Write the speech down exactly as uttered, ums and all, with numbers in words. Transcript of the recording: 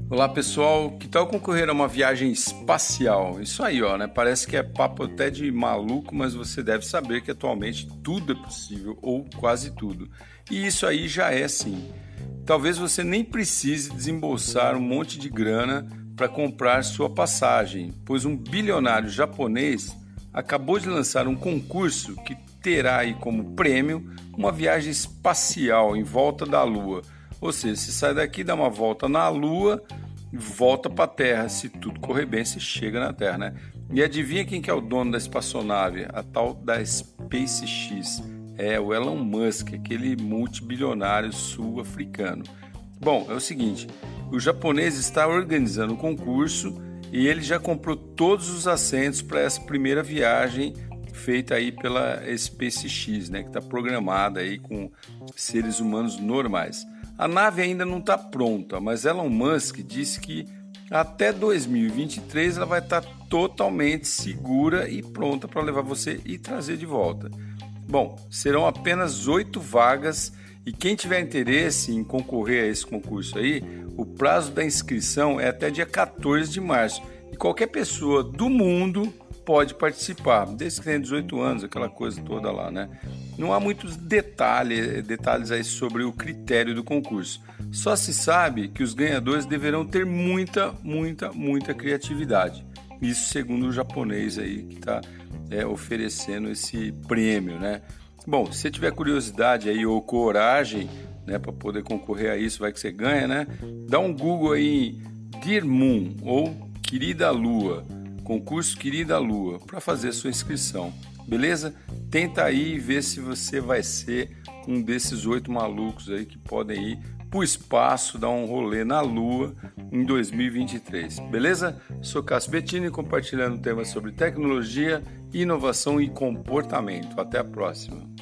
Olá pessoal, que tal concorrer a uma viagem espacial? Isso aí, ó, né? Parece que é papo até de maluco, mas você deve saber que atualmente tudo é possível, ou quase tudo. E isso aí já é sim. Talvez você nem precise desembolsar um monte de grana para comprar sua passagem, pois um bilionário japonês acabou de lançar um concurso que terá aí como prêmio uma viagem espacial em volta da Lua. Ou seja, se sai daqui, dá uma volta na Lua, volta para a Terra. Se tudo correr bem, você chega na Terra, né? E adivinha quem que é o dono da espaçonave? A tal da SpaceX. É o Elon Musk, aquele multibilionário sul-africano. Bom, é o seguinte, o japonês está organizando um concurso e ele já comprou todos os assentos para essa primeira viagem feita aí pela SpaceX, né? Que está programada aí com seres humanos normais. A nave ainda não está pronta, mas Elon Musk disse que até dois mil e vinte e três ela vai estar totalmente segura e pronta para levar você e trazer de volta. Bom, serão apenas oito vagas e quem tiver interesse em concorrer a esse concurso aí, o prazo da inscrição é até dia quatorze de março e qualquer pessoa do mundo pode participar, desde que tenha dezoito anos, aquela coisa toda lá, né? Não há muitos detalhes, detalhes aí sobre o critério do concurso. Só se sabe que os ganhadores deverão ter muita, muita, muita criatividade. Isso segundo o japonês aí que está é, oferecendo esse prêmio, né? Bom, se você tiver curiosidade aí ou coragem, né, para poder concorrer a isso, vai que você ganha, né? Dá um Google aí em Dear Moon ou Querida Lua. Concurso Querida Lua, para fazer sua inscrição, beleza? Tenta aí ver se você vai ser um desses oito malucos aí que podem ir para o espaço, dar um rolê na Lua em dois mil e vinte e três, beleza? Sou Cássio Bettini, compartilhando temas sobre tecnologia, inovação e comportamento. Até a próxima!